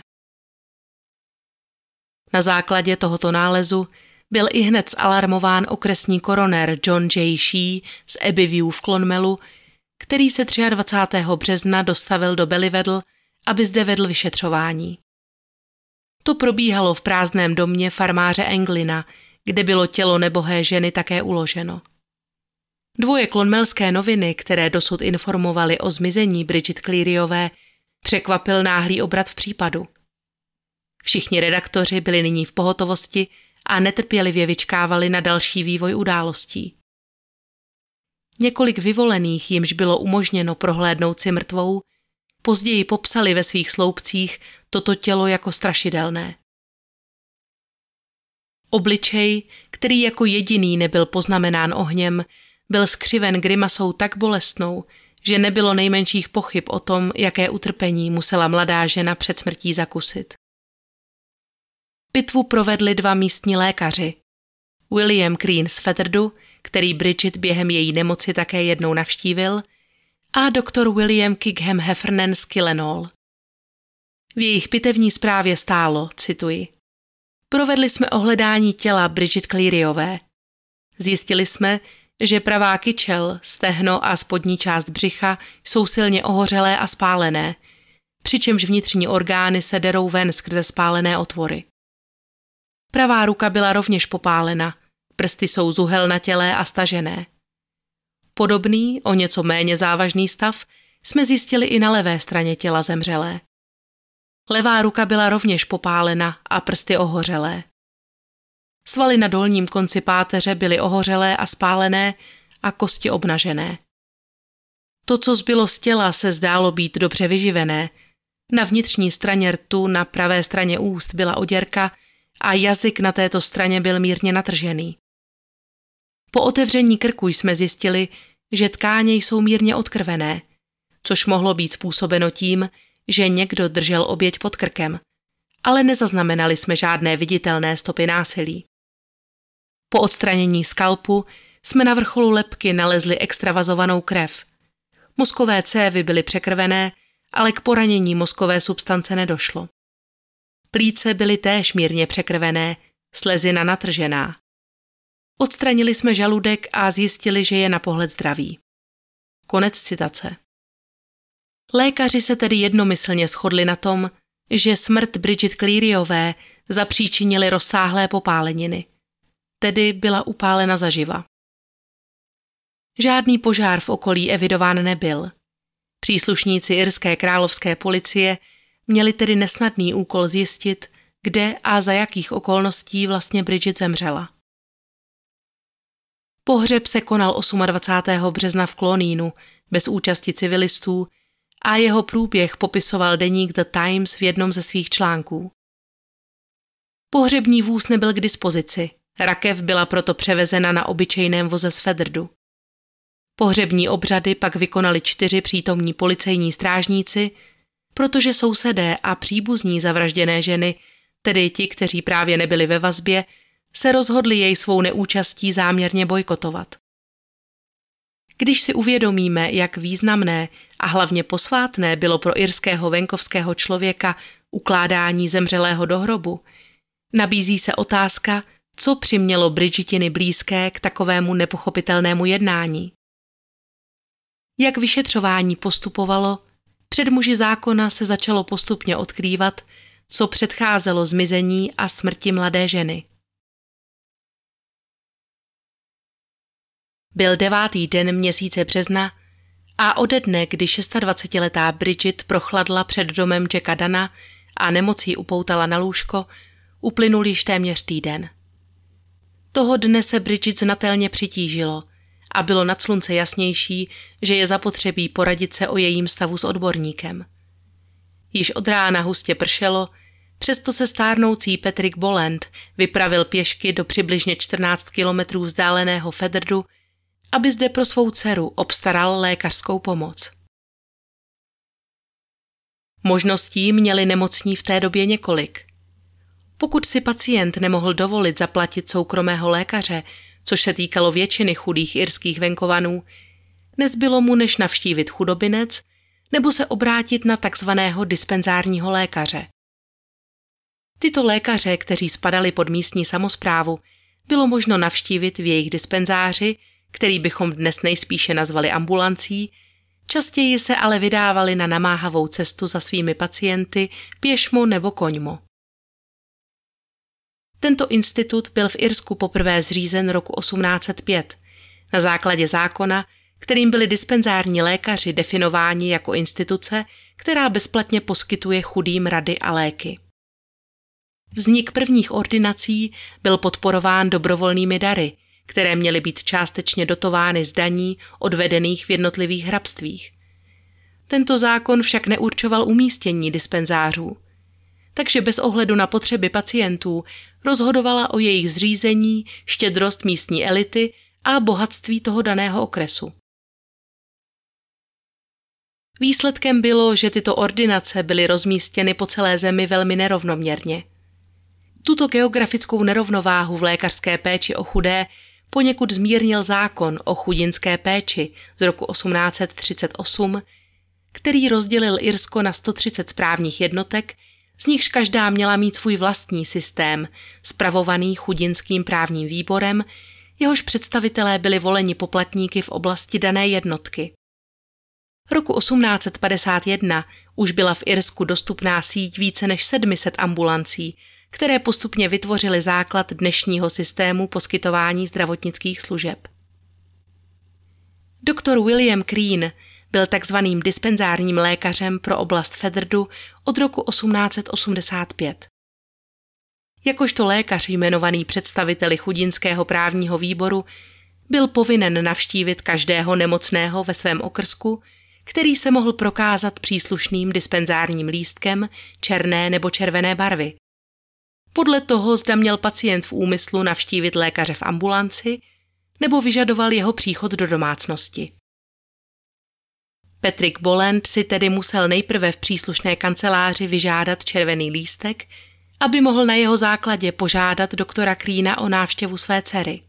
Na základě tohoto nálezu byl ihned zalarmován okresní koroner John J. Shee z Abbeyview v Clonmelu, který se 23. března dostavil do Belivedle, aby zde vedl vyšetřování. To probíhalo v prázdném domě farmáře Anglina, kde bylo tělo nebohé ženy také uloženo. 2 clonmelské noviny, které dosud informovaly o zmizení Bridget Clearyové, překvapil náhlý obrat v případu. Všichni redaktoři byli nyní v pohotovosti a netrpělivě vyčkávali na další vývoj událostí. Několik vyvolených, jimž bylo umožněno prohlédnout si mrtvou, později popsali ve svých sloupcích toto tělo jako strašidelné. Obličej, který jako jediný nebyl poznamenán ohněm, byl skřiven grimasou tak bolestnou, že nebylo nejmenších pochyb o tom, jaké utrpení musela mladá žena před smrtí zakusit. Pitvu provedli 2 místní lékaři. William Crean z Fetherdu, který Bridget během její nemoci také jednou navštívil, a doktor William Kigham Heffernan z Killenall. V jejich pitevní zprávě stálo, cituji: Provedli jsme ohledání těla Bridget Clearyové. Zjistili jsme, že pravá kyčel, stehno a spodní část břicha jsou silně ohořelé a spálené, přičemž vnitřní orgány se derou ven skrze spálené otvory. Pravá ruka byla rovněž popálena, prsty jsou zuhelnatělé a stažené. Podobný, o něco méně závažný stav jsme zjistili i na levé straně těla zemřelé. Levá ruka byla rovněž popálena a prsty ohořelé. Svaly na dolním konci páteře byly ohořelé a spálené a kosti obnažené. To, co zbylo z těla, se zdálo být dobře vyživené. Na vnitřní straně rtu, na pravé straně úst byla oděrka a jazyk na této straně byl mírně natržený. Po otevření krku jsme zjistili, že tkáně jsou mírně odkrvené, což mohlo být způsobeno tím, že někdo držel oběť pod krkem, ale nezaznamenali jsme žádné viditelné stopy násilí. Po odstranění skalpu jsme na vrcholu lebky nalezli extravazovanou krev. Mozkové cévy byly překrvené, ale k poranění mozkové substance nedošlo. Plíce byly též mírně překrvené, slezina natržená. Odstranili jsme žaludek a zjistili, že je na pohled zdravý. Konec citace. Lékaři se tedy jednomyslně shodli na tom, že smrt Bridget Clearyové zapříčinily rozsáhlé popáleniny, tedy byla upálena zaživa. Žádný požár v okolí evidován nebyl. Příslušníci irské královské policie měli tedy nesnadný úkol zjistit, kde a za jakých okolností vlastně Bridget zemřela. Pohřeb se konal 28. března v Cloneenu bez účasti civilistů a jeho průběh popisoval deník The Times v jednom ze svých článků. Pohřební vůz nebyl k dispozici, rakev byla proto převezena na obyčejném voze z Fetherdu. Pohřební obřady pak vykonali 4 přítomní policejní strážníci, protože sousedé a příbuzní zavražděné ženy, tedy ti, kteří právě nebyli ve vazbě, se rozhodli jej svou neúčastí záměrně bojkotovat. Když si uvědomíme, jak významné a hlavně posvátné bylo pro irského venkovského člověka ukládání zemřelého do hrobu, nabízí se otázka, co přimělo Bridgetiny blízké k takovému nepochopitelnému jednání. Jak vyšetřování postupovalo, před muži zákona se začalo postupně odkrývat, co předcházelo zmizení a smrti mladé ženy. Byl 9. den měsíce března A ode dne, kdy 26letá Bridget prochladla před domem Jacka Dana a nemoc ji upoutala na lůžko, uplynul již téměř týden. Toho dne se Bridget znatelně přitížilo a bylo nad slunce jasnější, že je zapotřebí poradit se o jejím stavu s odborníkem. Již od rána hustě pršelo, přesto se stárnoucí Patrick Boland vypravil pěšky do přibližně 14 kilometrů vzdáleného Fedrdu, aby zde pro svou dceru obstaral lékařskou pomoc. Možností měli nemocní v té době několik. Pokud si pacient nemohl dovolit zaplatit soukromého lékaře, což se týkalo většiny chudých irských venkovanů, nezbylo mu než navštívit chudobinec nebo se obrátit na takzvaného dispenzárního lékaře. Tyto lékaře, kteří spadali pod místní samosprávu, bylo možno navštívit v jejich dispenzáři, který bychom dnes nejspíše nazvali ambulancí, častěji se ale vydávali na namáhavou cestu za svými pacienty pěšmo nebo koňmo. Tento institut byl v Irsku poprvé zřízen roku 1805 na základě zákona, kterým byli dispenzární lékaři definováni jako instituce, která bezplatně poskytuje chudým rady a léky. Vznik prvních ordinací byl podporován dobrovolnými dary, které měly být částečně dotovány z daní odvedených v jednotlivých hrabstvích. Tento zákon však neurčoval umístění dispenzářů, takže bez ohledu na potřeby pacientů rozhodovala o jejich zřízení štědrost místní elity a bohatství toho daného okresu. Výsledkem bylo, že tyto ordinace byly rozmístěny po celé zemi velmi nerovnoměrně. Tuto geografickou nerovnováhu v lékařské péči o chudé poněkud zmírnil zákon o chudinské péči z roku 1838, který rozdělil Irsko na 130 správních jednotek, z nichž každá měla mít svůj vlastní systém, spravovaný chudinským právním výborem, jehož představitelé byli voleni poplatníky v oblasti dané jednotky. Roku 1851 už byla v Irsku dostupná síť více než 700 ambulancí, které postupně vytvořily základ dnešního systému poskytování zdravotnických služeb. Doktor William Crean byl takzvaným dispenzárním lékařem pro oblast Fedrdu od roku 1885. Jakožto lékař jmenovaný představiteli chudinského právního výboru byl povinen navštívit každého nemocného ve svém okrsku, který se mohl prokázat příslušným dispenzárním lístkem černé nebo červené barvy. Podle toho, zda měl pacient v úmyslu navštívit lékaře v ambulanci nebo vyžadoval jeho příchod do domácnosti. Patrick Boland si tedy musel nejprve v příslušné kanceláři vyžádat červený lístek, aby mohl na jeho základě požádat doktora Creana o návštěvu své dcery.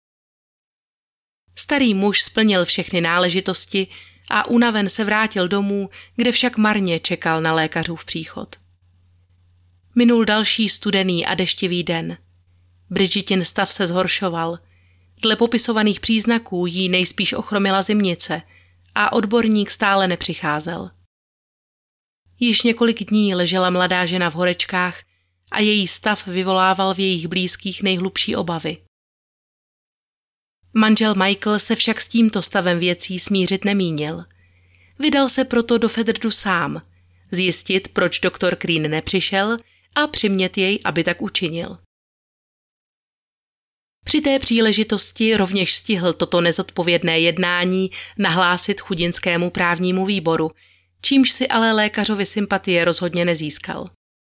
Starý muž splnil všechny náležitosti a unaven se vrátil domů, kde však marně čekal na lékařův příchod. Minul další studený a deštivý den. Bridgetin stav se zhoršoval. Dle popisovaných příznaků jí nejspíš ochromila zimnice a odborník stále nepřicházel. Již několik dní ležela mladá žena v horečkách a její stav vyvolával v jejich blízkých nejhlubší obavy. Manžel Michael se však s tímto stavem věcí smířit nemínil. Vydal se proto do Fedrdu sám, zjistit, proč doktor Crean nepřišel a přimět jej, aby tak učinil. Při té příležitosti rovněž stihl toto nezodpovědné jednání nahlásit chudinskému právnímu výboru, čímž si ale lékařovi sympatie rozhodně nezískal.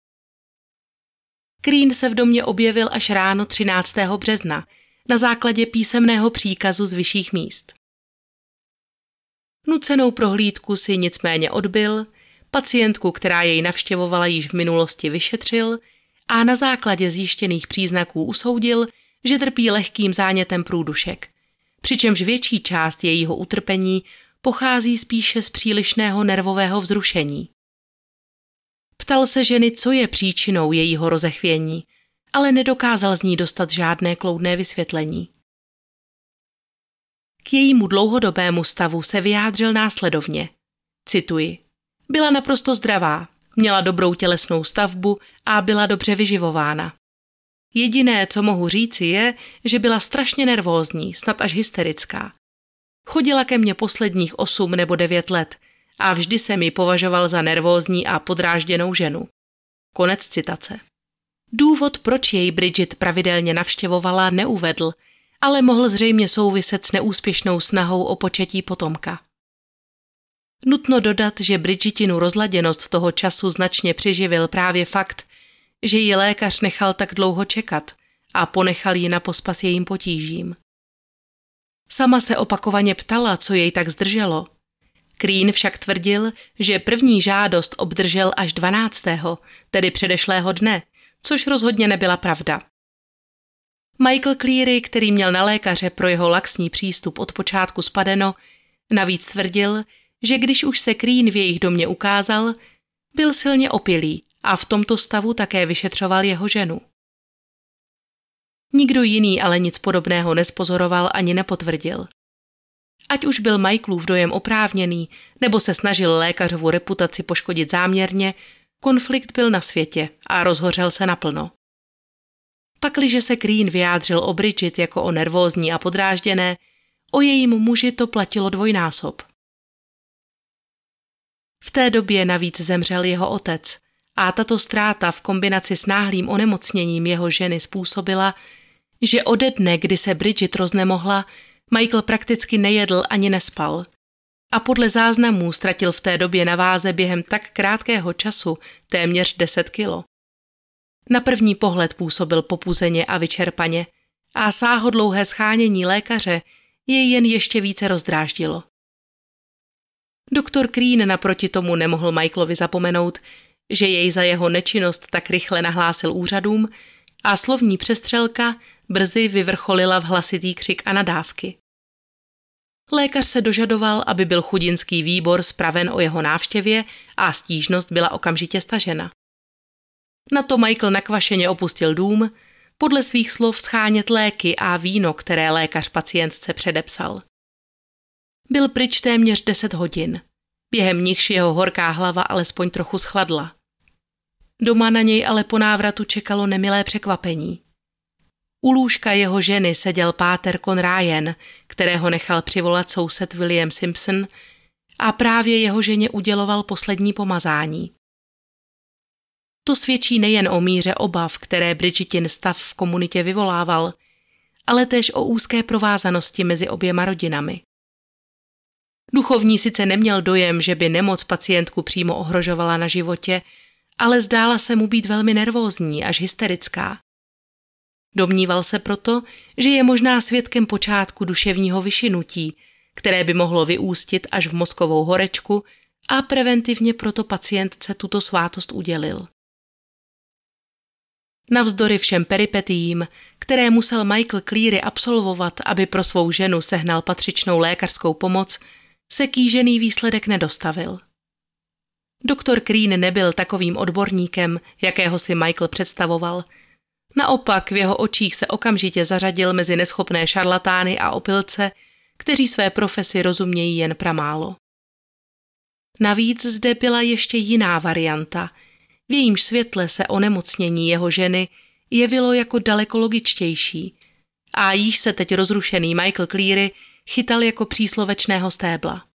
Crean se v domě objevil až ráno 13. března na základě písemného příkazu z vyšších míst. Nucenou prohlídku si nicméně odbyl, pacientku, která jej navštěvovala již v minulosti, vyšetřil a na základě zjištěných příznaků usoudil, že trpí lehkým zánětem průdušek, přičemž větší část jejího utrpení pochází spíše z přílišného nervového vzrušení. Ptal se ženy, co je příčinou jejího rozechvění, ale nedokázal z ní dostat žádné kloudné vysvětlení. K jejímu dlouhodobému stavu se vyjádřil následovně. Cituji. Byla naprosto zdravá, měla dobrou tělesnou stavbu a byla dobře vyživována. Jediné, co mohu říci, je, že byla strašně nervózní, snad až hysterická. Chodila ke mně posledních 8 nebo 9 let a vždy jsem ji považoval za nervózní a podrážděnou ženu. Konec citace. Důvod, proč jej Bridget pravidelně navštěvovala, neuvedl, ale mohl zřejmě souviset s neúspěšnou snahou o početí potomka. Nutno dodat, že Bridgetinu rozladěnost toho času značně přiživil právě fakt, že ji lékař nechal tak dlouho čekat a ponechal ji na pospas jejím potížím. Sama se opakovaně ptala, co jej tak zdrželo. Crean však tvrdil, že první žádost obdržel až 12., tedy předešlého dne, což rozhodně nebyla pravda. Michael Cleary, který měl na lékaře pro jeho laxní přístup od počátku spadeno, navíc tvrdil, že když už se Crean v jejich domě ukázal, byl silně opilý a v tomto stavu také vyšetřoval jeho ženu. Nikdo jiný ale nic podobného nespozoroval ani nepotvrdil. Ať už byl Michaelův dojem oprávněný, nebo se snažil lékařovu reputaci poškodit záměrně, konflikt byl na světě a rozhořel se naplno. Pakliže se Crean vyjádřil o Bridget jako o nervózní a podrážděné, o jejím muži to platilo dvojnásob. V té době navíc zemřel jeho otec a tato ztráta v kombinaci s náhlým onemocněním jeho ženy způsobila, že ode dne, kdy se Bridget roznemohla, Michael prakticky nejedl ani nespal. A podle záznamů ztratil v té době na váze během tak krátkého času téměř 10 kilo. Na první pohled působil popuzeně a vyčerpaně a sáhodlouhé schánění lékaře jej jen ještě více rozdráždilo. Doktor Crean naproti tomu nemohl Michaelovi zapomenout, že jej za jeho nečinnost tak rychle nahlásil úřadům a slovní přestřelka brzy vyvrcholila v hlasitý křik a nadávky. Lékař se dožadoval, aby byl chudinský výbor spraven o jeho návštěvě a stížnost byla okamžitě stažena. Na to Michael nakvašeně opustil dům, podle svých slov schánět léky a víno, které lékař pacientce předepsal. Byl pryč téměř 10 hodin, během nichž jeho horká hlava alespoň trochu schladla. Doma na něj ale po návratu čekalo nemilé překvapení. U lůžka jeho ženy seděl páter Con Ryan, kterého nechal přivolat soused William Simpson, a právě jeho ženě uděloval poslední pomazání. To svědčí nejen o míře obav, které Bridgetin stav v komunitě vyvolával, ale též o úzké provázanosti mezi oběma rodinami. Duchovní sice neměl dojem, že by nemoc pacientku přímo ohrožovala na životě, ale zdála se mu být velmi nervózní až hysterická. Domníval se proto, že je možná svědkem počátku duševního vyšinutí, které by mohlo vyústit až v mozkovou horečku, a preventivně proto pacientce tuto svátost udělil. Navzdory všem peripetiím, které musel Michael Cleary absolvovat, aby pro svou ženu sehnal patřičnou lékařskou pomoc, se kýžený výsledek nedostavil. Doktor Crean nebyl takovým odborníkem, jakého si Michael představoval. Naopak v jeho očích se okamžitě zařadil mezi neschopné šarlatány a opilce, kteří své profesi rozumějí jen pramálo. Navíc zde byla ještě jiná varianta, v jejímž světle se onemocnění jeho ženy jevilo jako daleko logičtější a již se teď rozrušený Michael Cleary chytal jako příslovečného stébla.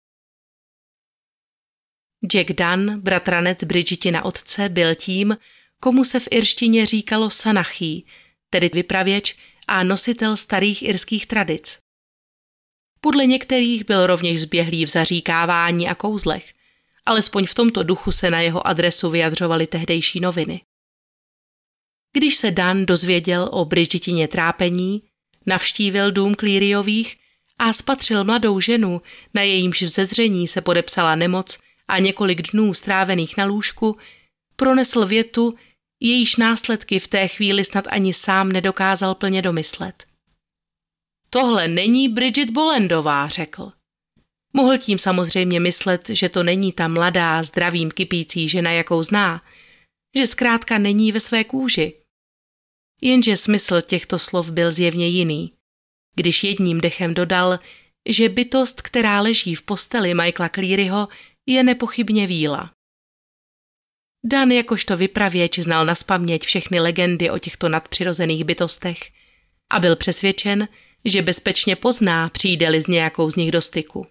Jack Dunn, bratranec Bridgetina otce, byl tím, komu se v irštině říkalo Sanachí, tedy vypravěč a nositel starých irských tradic. Podle některých byl rovněž zběhlý v zaříkávání a kouzlech, alespoň v tomto duchu se na jeho adresu vyjadřovaly tehdejší noviny. Když se Dan dozvěděl o Bridgetině trápení, navštívil dům Clearyových a spatřil mladou ženu, na jejímž vzezření se podepsala nemoc a několik dnů strávených na lůžku, pronesl větu, jejíž následky v té chvíli snad ani sám nedokázal plně domyslet. Tohle není Bridget Bollandová, řekl. Mohl tím samozřejmě myslet, že to není ta mladá, zdravým kypící žena, jakou zná, že zkrátka není ve své kůži. Jenže smysl těchto slov byl zjevně jiný, když jedním dechem dodal, že bytost, která leží v posteli Michaela Clearyho, je nepochybně víla. Dan jakožto vypravěč znal nazpaměť všechny legendy o těchto nadpřirozených bytostech a byl přesvědčen, že bezpečně pozná, přijde-li s nějakou z nich do styku.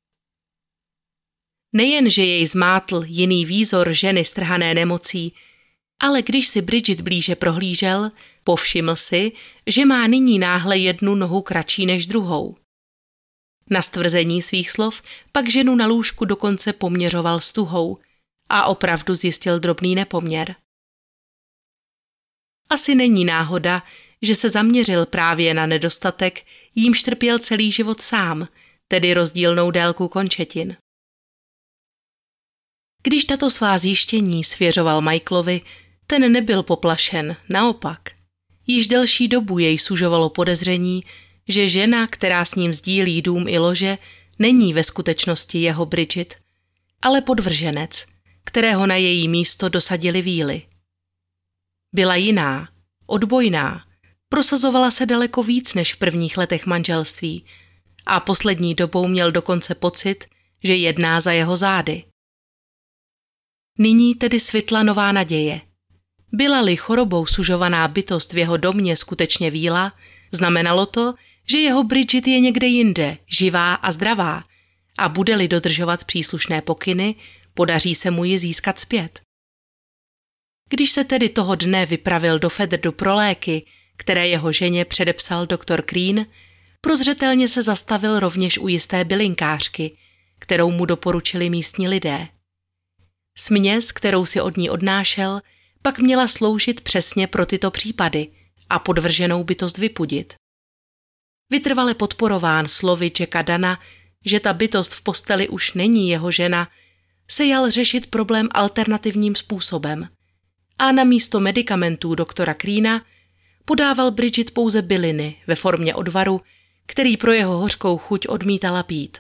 Nejen, že jej zmátl jiný výzor ženy strhané nemocí, ale když si Bridget blíže prohlížel, povšiml si, že má nyní náhle jednu nohu kratší než druhou. Na stvrzení svých slov pak ženu na lůžku dokonce poměřoval stuhou a opravdu zjistil drobný nepoměr. Asi není náhoda, že se zaměřil právě na nedostatek, jímž trpěl celý život sám, tedy rozdílnou délku končetin. Když tato svá zjištění svěřoval Michaelovi, ten nebyl poplašen, naopak. Již delší dobu jej sužovalo podezření, že žena, která s ním sdílí dům i lože, není ve skutečnosti jeho Bridget, ale podvrženec, kterého na její místo dosadili víly. Byla jiná, odbojná, prosazovala se daleko víc než v prvních letech manželství a poslední dobou měl dokonce pocit, že jedná za jeho zády. Nyní tedy svitla nová naděje. Byla-li chorobou sužovaná bytost v jeho domě skutečně víla, znamenalo to, že jeho Bridget je někde jinde, živá a zdravá, a bude-li dodržovat příslušné pokyny, podaří se mu ji získat zpět. Když se tedy toho dne vypravil do Fedrdu pro léky, které jeho ženě předepsal doktor Crean, prozřetelně se zastavil rovněž u jisté bylinkářky, kterou mu doporučili místní lidé. Směs, kterou si od ní odnášel, pak měla sloužit přesně pro tyto případy a podvrženou bytost vypudit. Vytrvale podporován slovy Jacka Dana, že ta bytost v posteli už není jeho žena, se jal řešit problém alternativním způsobem a na místo medikamentů doktora Creana podával Bridget pouze byliny ve formě odvaru, který pro jeho hořkou chuť odmítala pít.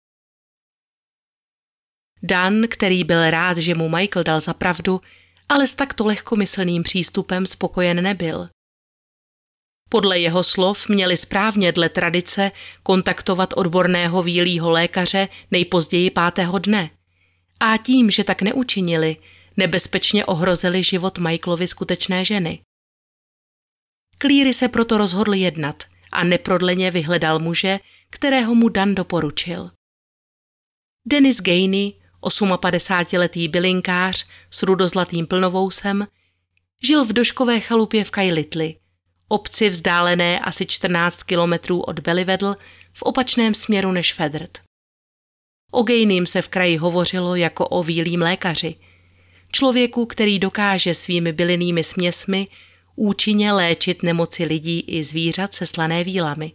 Dan, který byl rád, že mu Michael dal za pravdu, ale s takto lehkomyslným přístupem spokojen nebyl. Podle jeho slov měli správně dle tradice kontaktovat odborného vílýho lékaře nejpozději 5. dne. A tím, že tak neučinili, nebezpečně ohrozili život Michaelovy skutečné ženy. Cleary se proto rozhodl jednat a neprodleně vyhledal muže, kterého mu Dan doporučil. Dennis Gainey, 58letý bylinkář s rudozlatým plnovousem, žil v doškové chalupě v Kailitli, obci vzdálené asi 14 kilometrů od Belivedl v opačném směru než Fedrd. O Gaineym se v kraji hovořilo jako o vílým lékaři, člověku, který dokáže svými bylinnými směsmi účinně léčit nemoci lidí i zvířat seslané vílami.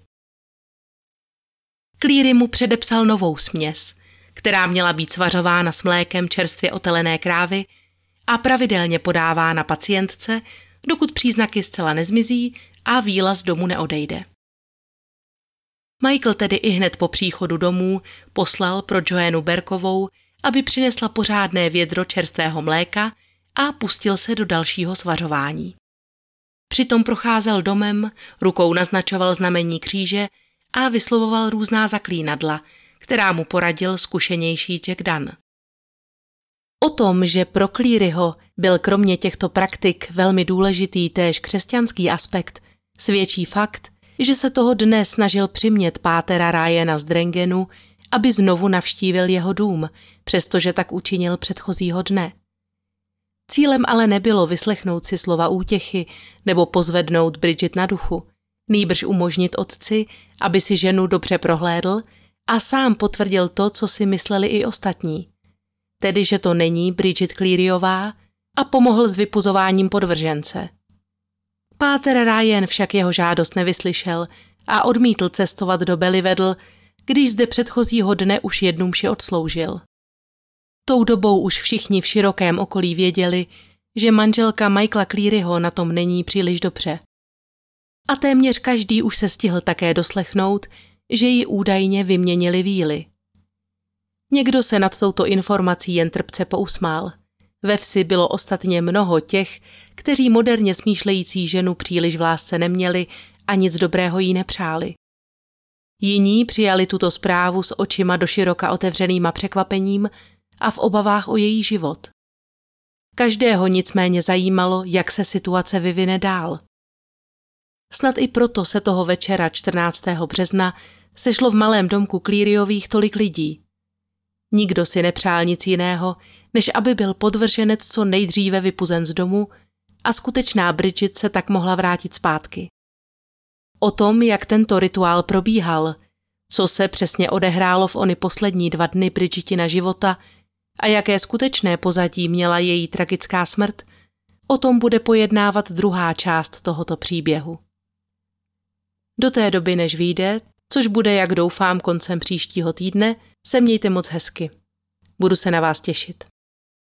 Cleary mu předepsal novou směs, která měla být svařována s mlékem čerstvě otelené krávy a pravidelně podávána pacientce, dokud příznaky zcela nezmizí a víla z domu neodejde. Michael tedy ihned po příchodu domů poslal pro Joannu Berkovou, aby přinesla pořádné vědro čerstvého mléka a pustil se do dalšího svařování. Přitom procházel domem, rukou naznačoval znamení kříže a vyslovoval různá zaklínadla, která mu poradil zkušenější Jack Dan. O tom, že pro Clearyho byl kromě těchto praktik velmi důležitý též křesťanský aspekt, svědčí fakt, že se toho dne snažil přimět pátera Ryana z Drengenu, aby znovu navštívil jeho dům, přestože tak učinil předchozího dne. Cílem ale nebylo vyslechnout si slova útěchy nebo pozvednout Bridget na duchu, nýbrž umožnit otci, aby si ženu dobře prohlédl a sám potvrdil to, co si mysleli i ostatní, tedy že to není Bridget Clearyová, a pomohl s vypuzováním podvržence. Páter Ryan však jeho žádost nevyslyšel a odmítl cestovat do Belivedl, když zde předchozího dne už jednu mši odsloužil. Tou dobou už všichni v širokém okolí věděli, že manželka Michaela Clearyho na tom není příliš dobře. A téměř každý už se stihl také doslechnout, že ji údajně vyměnili víly. Někdo se nad touto informací jen trpce pousmál. Ve vsi bylo ostatně mnoho těch, kteří moderně smýšlející ženu příliš v lásce neměli a nic dobrého jí nepřáli. Jiní přijali tuto zprávu s očima doširoka otevřenýma překvapením a v obavách o její život. Každého nicméně zajímalo, jak se situace vyvine dál. Snad i proto se toho večera 14. března sešlo v malém domku Clearyových tolik lidí. Nikdo si nepřál nic jiného, než aby byl podvrženec co nejdříve vypuzen z domu a skutečná Bridget se tak mohla vrátit zpátky. O tom, jak tento rituál probíhal, co se přesně odehrálo v ony poslední 2 dny Bridgetina života a jaké skutečné pozadí měla její tragická smrt, o tom bude pojednávat druhá část tohoto příběhu. Do té doby, než vyjde, což bude, jak doufám, koncem příštího týdne, se mějte moc hezky. Budu se na vás těšit.